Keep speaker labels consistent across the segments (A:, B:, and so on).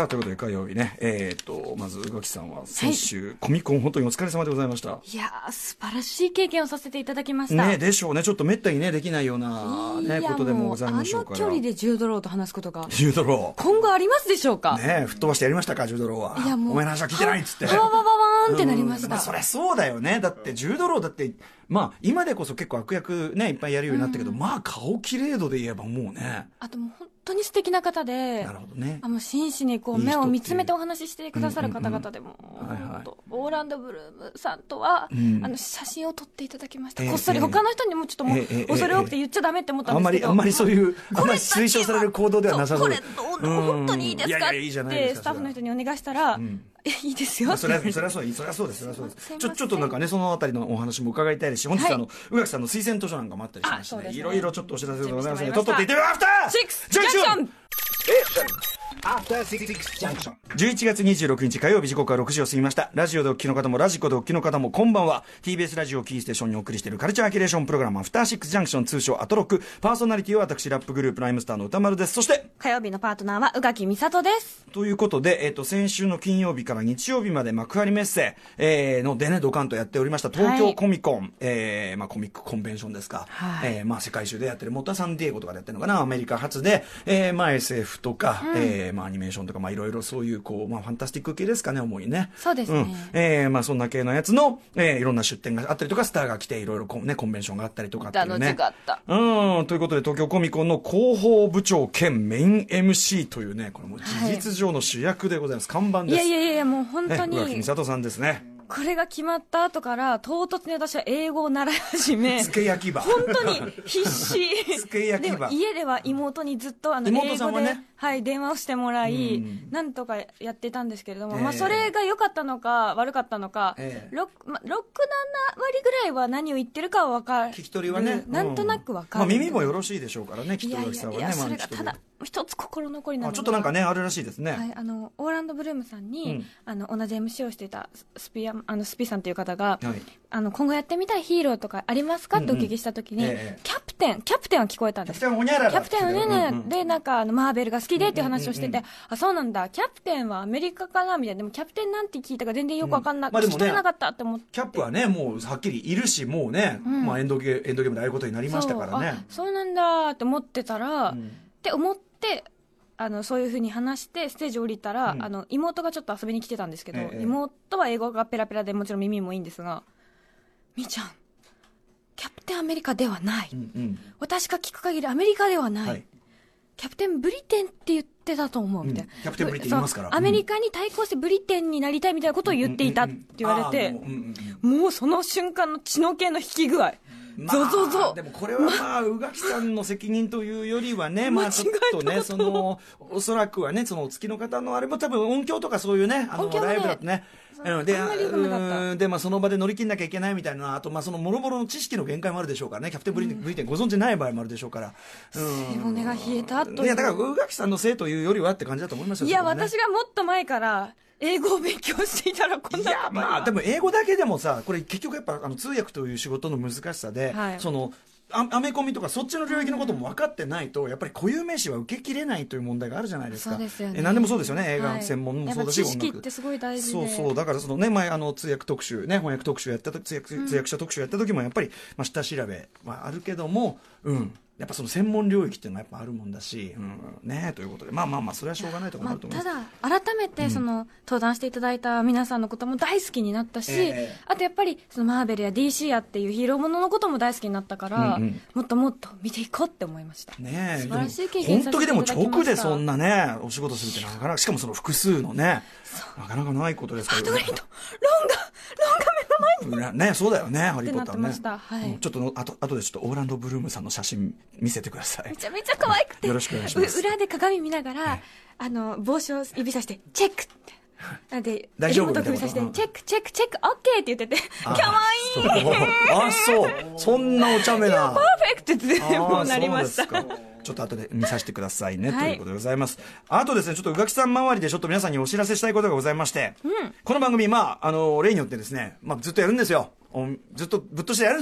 A: ということで火曜日ね、まず宇垣さんは先週、コミコン本当にお疲れ様でございました。
B: いやー、素晴らしい経験をさせていただきました
A: ね。でしょうね。ちょっとめったにねできないような、ね、ことでもございましょうから。
B: あの距離でジュードローと話すことが
A: ジュードロー
B: 今後ありますでしょうか
A: ね。吹っ飛ばしてやりましたか、ジュードローは。
B: いやもう
A: お前の話は聞いてないっつって
B: バババババーンってなりました。
A: そりゃそうだよね。だってジュードローだってまあ今でこそ結構悪役ねいっぱいやるようになったけど、まあ顔綺麗度で言えばもうね。
B: あともう本当に素敵な方で、
A: なるほどね。
B: 真摯にこう目を見つめてお話ししてくださる方々でも、オーランド・ブルームさんとは、写真を撮っていただきました。こっそり他の人にもちょっともう恐れ多くて言っちゃダメって思ったんですけど、
A: あんまりそういうあんまり推奨される行動ではなさそう。
B: これ本当にいいですかってスタッフの人にお願いしたら、いいですよ。
A: それはそうです。ちょっとなんかねそのあたりのお話も伺いたいですし、本日宇垣さんの推薦図書なんかもあったりしまして、いろいろちょっとお知らせでございますので、とっとっていってみよう。アフター
B: シックスジャンクション。
A: 11月26日火曜日、時刻は6時を過ぎました。ラジオでお聞きの方もラジコでお聞きの方もこんばんは。 TBS ラジオキーステーションにお送りしているカルチャーキュレーションプログラム、アフターシックスジャンクション、通称アトロック。パーソナリティは私ラップグループライムスターの歌丸です。そして
B: 火曜日のパートナーは宇垣美里です。
A: ということで、先週の金曜日から日曜日まで幕張メッセ、のでねドカンとやっておりました東京コミコン、コミックコンベンションですか、世界中でやってる、もっとサンディエゴとかでやってるのかな、アメリカ発で、SF とか、アニメーションとかいろいろそういうこう、ファンタスティック系ですかね、主にね。
B: そうですね。
A: そんな系のやつの、いろんな出展があったりとか、スターが来ていろいろコンベンションがあったりとかっていうね。
B: 違った。
A: ということで東京コミコンの広報部長兼メイン MC というね、これも事実上の主役でございます。看板です。
B: いやもう本当に。
A: 宇垣美里さんですね。
B: これが決まった後から唐突に私は英語を習い始め、
A: つけ焼き場、
B: 本当に必死
A: つけ焼き場。
B: でも家では妹にずっと英語で、電話をしてもらい、なんとかやってたんですけれども、それが良かったのか悪かったのか、6、7割ぐらいは何を言ってるかは分かる。
A: 聞き取りはね、
B: なんとなく分かる。
A: 耳もよろしいでしょうからね、きっと宇垣さんはね。
B: それがただ一つ心残りなのが、
A: ちょっとなんかねあるらしいですね。
B: オーランド・ブルームさんに、同じ MC をしていたスピさんという方が、今後やってみたいヒーローとかありますかってお聞きしたときに、キャプテンは聞こえたんです。
A: キャプテンホニャララ、
B: キャプテンはね、でなんかマーベルが好きでっていう話をしてて、あ、そうなんだ、キャプテンはアメリカかなみたいな。でもキャプテンなんて聞いたか全然よく分かんなくて、聞き取れなかったって思って。
A: キャップはねもうはっきりいるし、もうね、エンドゲームでああいうことになりましたからね。
B: そうなんだって思ってたら、って思ってそういうふうに話してステージ降りたら、妹がちょっと遊びに来てたんですけど、妹は英語がペラペラでもちろん耳もいいんですが、みーちゃんキャプテンアメリカではない、私が聞く限りアメリカではない、キャプテンブリテンって言ってたと思うみたいな、
A: キャプテンブリテン言いますから、
B: アメリカに対抗してブリテンになりたいみたいなことを言っていたって言われて、もうその瞬間の血の気の引き具合、ゾゾゾ。
A: でもこれは宇垣さんの責任というよりはね、ちょっとね、おそらくはね、そのお付きの方のあれも多分音響とかそういうね、ライブだとね、でその場で乗り切んなきゃいけないみたいな、あとそのもろもろの知識の限界もあるでしょうからね、キャプテンブリテンご存知ない場合もあるでしょうから、
B: 背骨が冷えたという。
A: いやだから宇垣さんのせいというよりはって感じだと思いますよ。
B: いや、私がもっと前から英語を勉強していたらこんなことには。
A: いやでも英語だけでもさ、これ結局やっぱ通訳という仕事の難しさで、アメコミとかそっちの領域のことも分かってないと、やっぱり固有名詞は受けきれないという問題があるじゃないですか。
B: そうですよね。
A: 何でもそうですよね、映画専門もそうだし、
B: 知識ってすごい大事で。
A: そうだから前通訳特集ね、翻訳特集やった通訳者特集やった時もやっぱり下調べはあるけども、やっぱその専門領域っていうのがやっぱあるもんだし、ということでそれはしょうがないところもあると思います。
B: ただ改めて登壇していただいた皆さんのことも大好きになったし、あとやっぱりマーベルや DC やっていうヒーローもののことも大好きになったから、もっともっと見ていこうって思いました。素晴らしい経験させていただきました。本当にでも
A: 直でそんなねお仕事するってなかなか、しかもその複数のね、なかなかないことですから。
B: ハートグリーンとロンが目の前に
A: ね、そうだよね、ハリーポッター
B: ね。
A: ちょっと後でちょっとオーランド・ブルームさんの写真見せてください。
B: めちゃめちゃ可愛くて、
A: よろしくお願いします。
B: 裏で鏡見ながら、帽子を指さしてチェックってで、
A: 大丈夫
B: 首さしてチェックチェックチェックオッケーって言ってて、可愛い。
A: そんなお茶目な。
B: パーフェクトってもうなりました。
A: ちょっと後で見させてくださいね、ということでございます。あとですね、ちょっと宇垣さん周りでちょっと皆さんにお知らせしたいことがございまして、この番組例によってですね、ずっとやるんですよ。ずっとぶっ通してやるんですわ。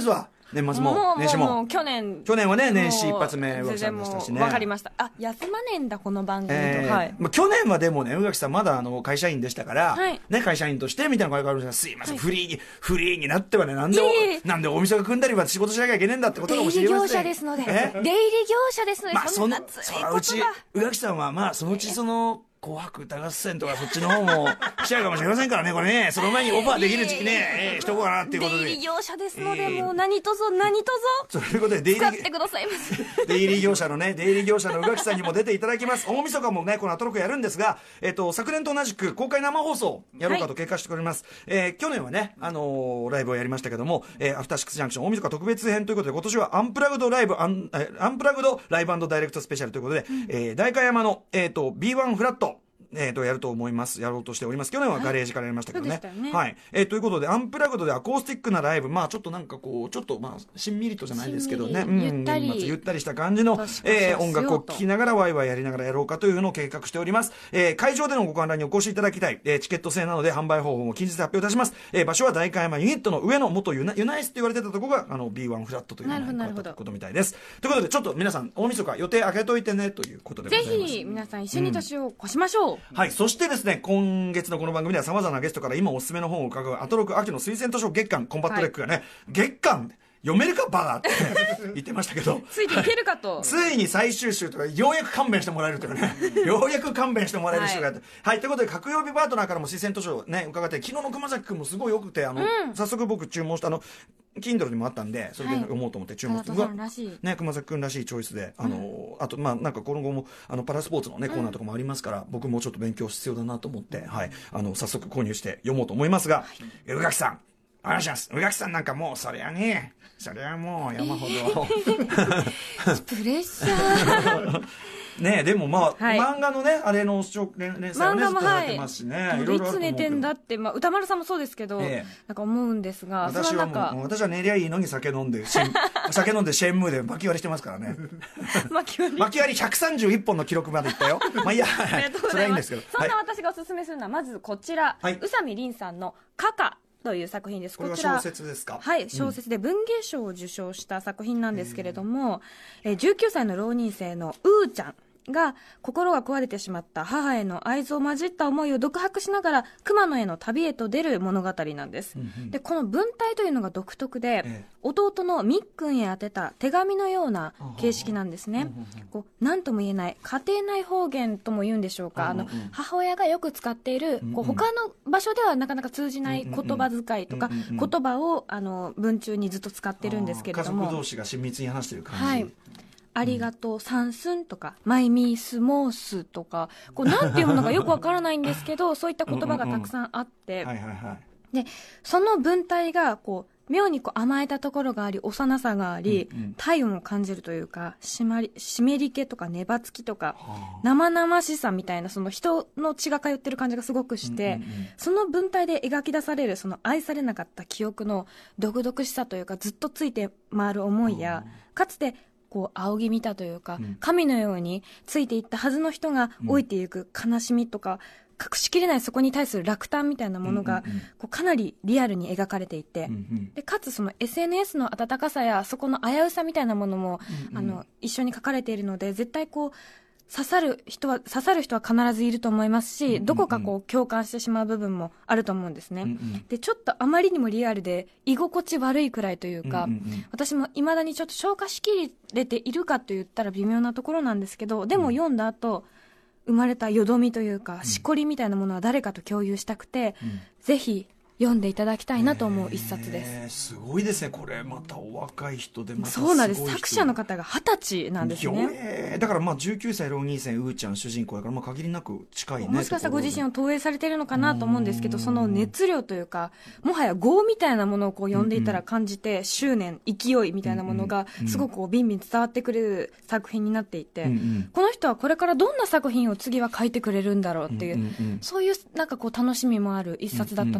A: 年末も年始も。
B: もう去年
A: はね、年始一発目、宇垣さんでしたしね。
B: わかりました。あ、休まねえんだ、この番組と。はい。
A: 去年はでもね、宇垣さんまだ会社員でしたから、
B: はい、
A: ね、会社員としてみたいな声があるんですが、すいません、フリーになってはね、なんでお店が組んだりは仕事しなきゃいけねえんだってことかもしれません。
B: 出入り業者ですので。出入り業者ですので、そんな熱いことが。
A: 宇垣さんはまあ、そのうち紅白歌合戦とかそっちの方も来ちゃうかもしれませんからね、これね。その前にオファーできる時期ね、しとこうかなっていうことで。
B: 出入り業者ですので、もう何とぞ。
A: そういうことで、
B: 使ってくださいませ。
A: 出入り業者の宇垣さんにも出ていただきます。大晦日もね、このアトロクやるんですが、昨年と同じく公開生放送やろうかと計画しております。去年はね、ライブをやりましたけども、アフターシックスジャンクション大晦日特別編ということで、今年はアンプラグドライブ&ダイレクトスペシャルということで、代官山の、B1 フラット、やろうとしております。去年はガレージからやりましたけどね。はい。ということで、アンプラグドでアコースティックなライブ、まあちょっとなんかこう、ちょっとまあ、しんみりとじゃないですけどね。ゆったりした感じの、音楽を聴きながらワイワイやりながらやろうかというのを計画しております。会場でのご観覧にお越しいただきたい。チケット制なので販売方法も近日発表いたします。場所は代官山ユニットの上の元ユナイスって言われてたところが、B1 フラットということみたいです。ということで、ちょっと皆さん、大晦日予定開けといてね、ということでございます。
B: ぜひ、皆さん一緒に年を越しましょう。
A: はい。そしてですね、今月のこの番組では様々なゲストから今おすすめの本を伺うアトロク秋の推薦図書月間コンバットレックがね、月間読めるかバカって言ってましたけど
B: ついていけるかと
A: ついに最終週とかようやく勘弁してもらえるというねようやく勘弁してもらえる週があって、はい、ということで各曜日パートナーからも推薦図書ね伺って、昨日の熊崎くんもすごいよくて早速僕注文したKindle にもあったんでそれで読もうと思って注文して、ね、熊崎くんらしいチョイスであとまあなんか今後もパラスポーツのねコーナーとかもありますから、僕もちょっと勉強必要だなと思って、はい、早速購入して読もうと思いますが、宇垣さんお願いします。宇垣さんなんかもうそれはもう山ほど
B: プレッシャー
A: ねえでもまあ、はい、漫画のねあれの連載をねずっとやってますしね、いろいろあると思うけど、いつ寝てんだって、まあ、歌丸さんもそうですけど、なんか思うんですが、 私は寝りゃいいのに酒飲んでシェンムーで巻き割りしてますからね巻き割り131本の記録までいったよまあいいやそれはいいんですけど、
B: そんな私がおすすめするのはまずこちら、宇佐美凛さんのカカという作品です。
A: これは小説ですか？
B: はい、小説で文芸賞を受賞した作品なんですけれども、19歳の浪人生のうーちゃんが心が壊れてしまった母への愛憎混じった思いを独白しながら熊野への旅へと出る物語なんです、でこの文体というのが独特で、弟のみっくんへ宛てた手紙のような形式なんですね。こう何とも言えない家庭内方言とも言うんでしょうか、母親がよく使っているこう他の場所ではなかなか通じない言葉遣いとか言葉を文中にずっと使ってるんですけれども、
A: 家族同士が親密に話している感じ、
B: はい、ありがとう、サンスンとか、マイミースモースとか、こうなんていうのかよくわからないんですけど、そういった言葉がたくさんあって、で、その文体がこう妙にこう甘えたところがあり、幼さがあり、体温を感じるというか、湿り気とか粘つきとか、生々しさみたいな、その人の血が通ってる感じがすごくして、その文体で描き出されるその愛されなかった記憶の毒々しさというか、ずっとついて回る思いや、かつてこう仰ぎ見たというか、神のようについていったはずの人が老いていく悲しみとか、隠しきれないそこに対する落胆みたいなものが、こうかなりリアルに描かれていて、でかつその SNS の温かさやそこの危うさみたいなものも、一緒に書かれているので、絶対こう刺さる人は必ずいると思いますし、どこかこう共感してしまう部分もあると思うんですね、でちょっとあまりにもリアルで居心地悪いくらいというか、私もいまだにちょっと消化しきれているかと言ったら微妙なところなんですけど、でも読んだ後生まれたよどみというか、しこりみたいなものは誰かと共有したくて、ぜひ読んでいただきたいなと思う一冊です。
A: すごいですね。これまたお若い人でまたすごい人。
B: そうなんです。作者の方が20歳なんですね。
A: だからまあ19歳浪人生うーちゃん主人公だから、まあ限りなく近いね。
B: もしかしたらご自身を投影されているのかなと思うんですけど、その熱量というか、もはや業みたいなものをこう読んでいたら感じて、執念、勢いみたいなものがすごくこうビンビン伝わってくる作品になっていて、この人はこれからどんな作品を次は書いてくれるんだろうっていう、そういうなんかこう楽しみもある一冊だったなと思います。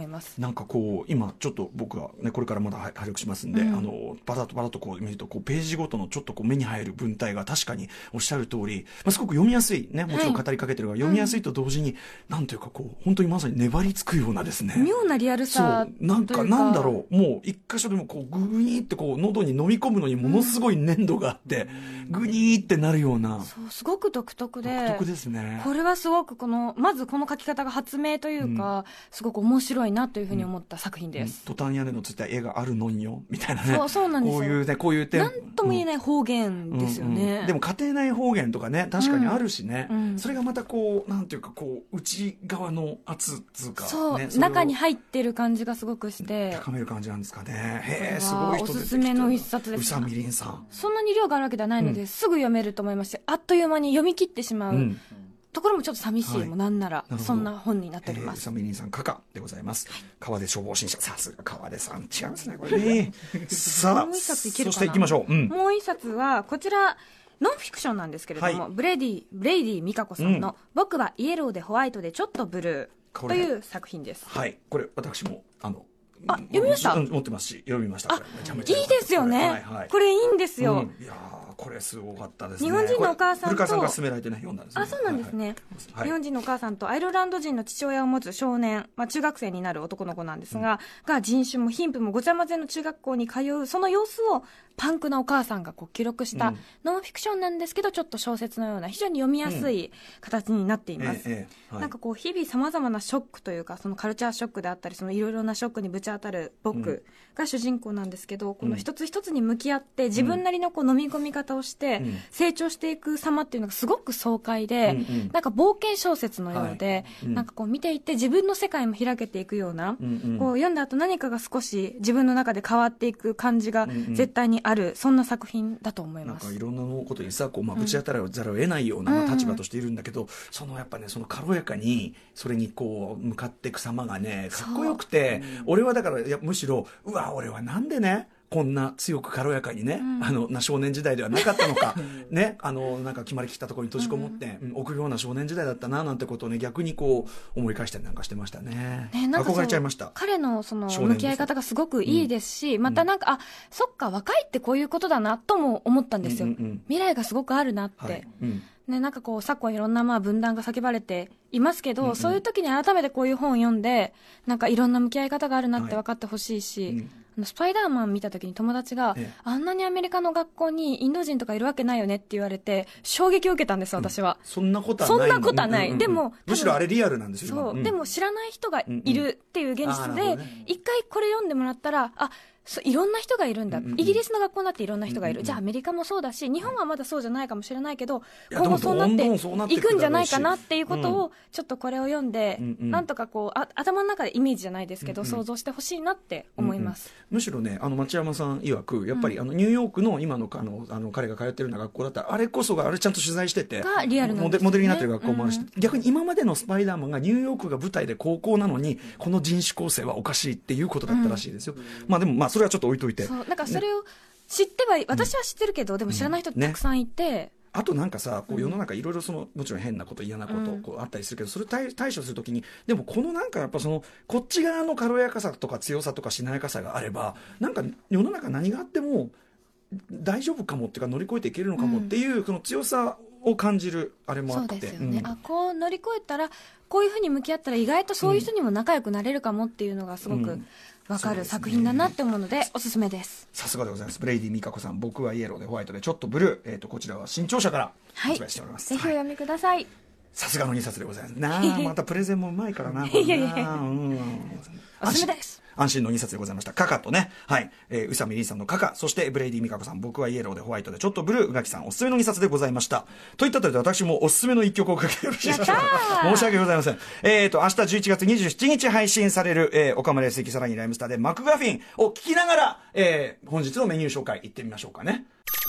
B: います。
A: なんかこう今ちょっと僕はねこれからまだ拝読しますんで、バタッとこう見るとこうページごとのちょっとこう目に入る文体が確かにおっしゃる通り、すごく読みやすいね、もちろん語りかけてるが、読みやすいと同時に、なんというかこう本当にまさに粘りつくようなですね、
B: 妙なリアルさというか、
A: なんだろう、もう一箇所でもこうグニーってこう喉に飲み込むのにものすごい粘度があって、グニーってなるような、
B: そうすごく独特で、
A: 独特ですね。
B: これはすごくまずこの書き方が発明というか、すごく面白いなというふうに思った作品です。
A: トタン屋根のついた絵があるのんよみたいなね。
B: そうなんですよ。
A: こういう点、
B: なんとも言えない方言ですよね。
A: でも家庭内方言とかね、確かにあるしね、それがまたこうなんていうかこう内側の圧つうか、
B: そう、
A: ね、
B: 中に入ってる感じがすごくして
A: 高める感じなんですかね。へえ、すごい人出てきた。
B: おすすめの一冊です。
A: 宇佐美凛さん。
B: そんなに量があるわけではないので、すぐ読めると思いますし、あっという間に読み切ってしまう。ところもちょっと寂しい、もうなんならそんな本になっております。
A: 宇佐美凛さん、カカでございます。川出消防新社、さすが川出さん、違いますねこれね。さあ、
B: もう一冊いけるかな。
A: そしていきましょう。
B: もう一冊はこちらノンフィクションなんですけれども、ブレイディ美香子さんの、僕はイエローでホワイトでちょっとブルーという作品です。
A: はい、これ私も
B: 読みました。
A: 持ってますし、読みました。
B: いいですよね。これいいんですよ。
A: いやこれすごかったですね。
B: 日本人のお母さんと
A: 古川さんが勧められてね読んだんですね。
B: そうなんですね。日本人のお母さんとアイルランド人の父親を持つ少年、中学生になる男の子なんですが、人種も貧富もごちゃ混ぜの中学校に通うその様子をパンクなお母さんが記録したノンフィクションなんですけど、ちょっと小説のような非常に読みやすい形になっています。なんか日々さまざまなショックというか、そのカルチャーショックであったり、そのいろいろなショックにぶち当たる僕が主人公なんですけど、この一つ一つに向き合って自分なりの飲み込み方をして成長していく様っていうのがすごく爽快で、なんか冒険小説のようで、なんか見ていって自分の世界も開けていくような、読んだ後何かが少し自分の中で変わっていく感じが絶対にある、そんな作品だと思います。
A: なんかいろんなことにさぶち当たらざるを得ないような立場としているんだけど、やっぱねその軽やかにそれに向かっていく様がねかっこよくて、俺はだからむしろ俺はなんでねこんな強く軽やかにね、少年時代ではなかったのかね、なんか決まりきったところに閉じこもって、臆病な少年時代だったななんてことをね逆に思い返したりなんかしてましたね。なんか憧れちゃいました。
B: 彼のその向き合い方がすごくいいですし、またなんかそっか若いってこういうことだなとも思ったんですよ。未来がすごくあるなって。なんか昨今いろんな分断が叫ばれていますけど、そういう時に改めてこういう本を読んで、なんかいろんな向き合い方があるなって分かってほしいし、スパイダーマン見た時に友達が、あんなにアメリカの学校にインド人とかいるわけないよねって言われて衝撃を受けたんです、私は。
A: そんなことはない。
B: そんなことはない。でも
A: むしろあれリアルなんですよ。
B: でも知らない人がいるっていう現実で、一回これ読んでもらったら、いろんな人がいるんだ、イギリスの学校だっていろんな人がいる、じゃあアメリカもそうだし、日本はまだそうじゃないかもしれないけど、今後そうなっていくんじゃないかなっていうことを、ちょっとこれを読んで、なんとか頭の中でイメージじゃないですけど、想像してほしいなって思います。
A: むしろね町山さん曰くやっぱりニューヨークの今の彼が通ってるような学校だったら、あれこそがあれちゃんと取材してて
B: がリアルなんですね、
A: モデルになってる学校もあるし、逆に今までのスパイダーマンがニューヨークが舞台で高校なのにこの人種構成はおかしいっていうことだったらしいですよ。でもそれはちょっと置いといて、
B: なんかそれを知っては、私は知ってるけど、でも知らない人ってたくさんいて、
A: あとなんかさ世の中いろいろもちろん変なこと嫌なことあったりするけど、それ対処するときにでもなんかやっぱこっち側の軽やかさとか強さとかしなやかさがあれば、なんか世の中何があっても大丈夫かもっていうか乗り越えていけるのかもっていう、その強さを感じるあれもあって、
B: そうですよね、こう乗り越えたらこういうふうに向き合ったら意外とそういう人にも仲良くなれるかもっていうのがすごく分かる作品だなって思うのでおすすめです。
A: さすがでございます。ブレイディ美香子さん、僕はイエローでホワイトでちょっとブルー、こちらは新潮社から発売しております。
B: ぜひお読みください。
A: さすがの2冊でございます。またプレゼンもうまいからな。
B: いやいやおすすめです。
A: 安心の2冊でございました。カカとね、宇佐美凛さんのカカ、そしてブレイディ美香子さん、僕はイエローでホワイトでちょっとブルー、宇垣さんおすすめの2冊でございました。といったところで私もおすすめの1曲をかけよろしいでしょうか。申し訳ございません。明日11月27日配信される、岡村康之さらにライムスターでマクガフィンを聞きながら、本日のメニュー紹介いってみましょうかね。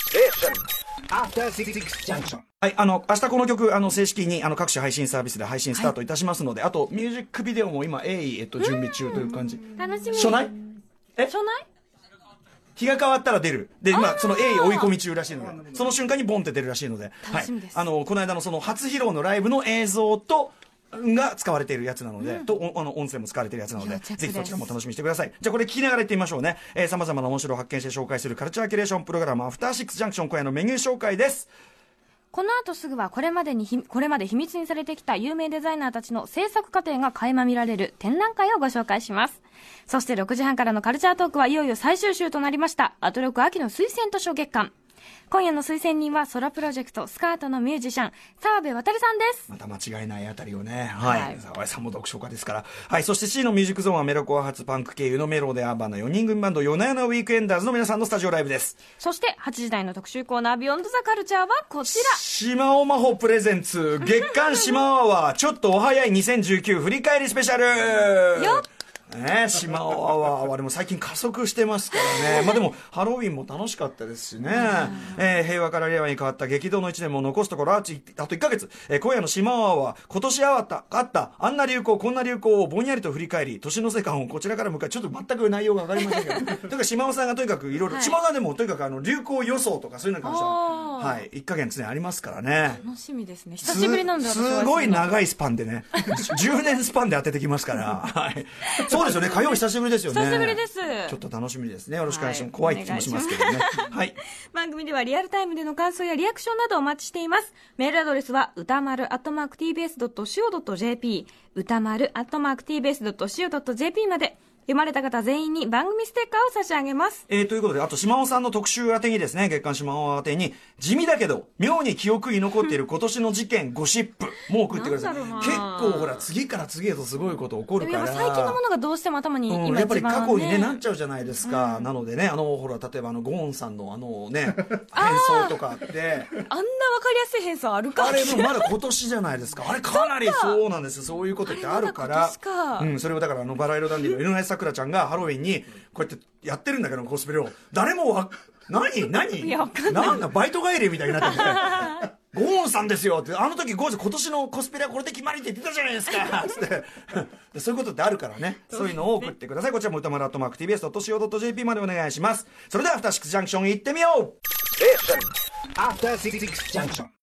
A: はい、明日この曲正式に各種配信サービスで配信スタートいたしますので、あとミュージックビデオも今準備中という感じ。
B: 楽しみ。
A: 初内日が変わったら出る。で、今、その鋭意追い込み中らしいので、その瞬間にボンって出るらしいので、
B: 楽しみです。
A: この間のその初披露のライブの映像と、 が使われているやつなので、音声も使われているやつなので、ぜひそちらも楽しみにしてください。じゃあこれ聞きながら言ってみましょうね。様々な面白を発見して紹介するカルチャーキュレーションプログラム、アフターシックスジャンクション、今夜のメニュー紹介です。
B: この後すぐはこれまで秘密にされてきた有名デザイナーたちの制作過程が垣間見られる展覧会をご紹介します。そして6時半からのカルチャートークはいよいよ最終週となりました。アトロク秋の推薦図書月間。今夜の推薦人はソラプロジェクトスカートのミュージシャン澤部渉さんです。
A: また間違いないあたりをね、はい、澤部さんも読書家ですから。はい、そして C のミュージックゾーンはメロコア発パンク系ユノメロでアーバンな4人組バンド夜な夜なウィークエンダーズの皆さんのスタジオライブです。
B: そして8時台の特集コーナービヨンドザカルチャーはこちら、
A: 島尾真帆プレゼンツ月刊島尾アワーちょっとお早い2019振り返りスペシャル
B: よっ
A: 島尾アワーはでも最近加速してますからね。まあでもハロウィンも楽しかったですしね。平和から令和に変わった激動の1年も残すところあと1ヶ月。今夜の島尾アワー今年あったあんな流行こんな流行をぼんやりと振り返り年の瀬感をこちらから迎え、ちょっと全く内容が分かりませんけどというか島尾さんがとにかくいろいろ、島尾さんでもとにかく流行予想とかそういうのに関してははい1ヶ月ねありますからね。
B: 楽しみですね。久しぶりなんだ。
A: すごい長いスパンでね10年スパンで当ててきますからはいそうですよね。火曜久しぶりですよね。
B: 久しぶりです。
A: ちょっと楽しみですね。よろしくお願いします。怖い気もしますけどね。はい。
B: 番組ではリアルタイムでの感想やリアクションなどお待ちしています。メールアドレスは歌丸@tbs.co.jp 歌丸@tbs.co.jp まで。読まれた方全員に番組ステッカーを差し上げます。
A: ということで、あと島尾さんの特集宛てにですね、月刊島尾宛てに地味だけど妙に記憶に残っている今年の事件ゴシップも送ってください。結構ほら次から次へとすごいこと起こるから。
B: 最近のものがどうしても頭に今一番、ね、
A: やっぱり過去にねなっちゃうじゃないですか。なのでね、ほら例えばゴーンさんのね変装とかあって、
B: あんな分かりやすい変装あるか。
A: あれもまだ今年じゃないですか。あれかなりそうなんですよ。そういうことってあるから。それをだからバラ色ダンディの井上咲楽ちゃんがハロウィンにこうやってやってるんだけどコスプレを誰も何なんだバイト帰りみたいになっててゴーンさんですよってあの時ゴーンさん今年のコスプレはこれで決まりって言ってたじゃないですかつってそういうことってあるからね。そういうのを送ってください。こちらも歌丸@tbs.co.jp までお願いします。それではアフターシックスジャンクション行ってみよう。アフターシックスジャンクション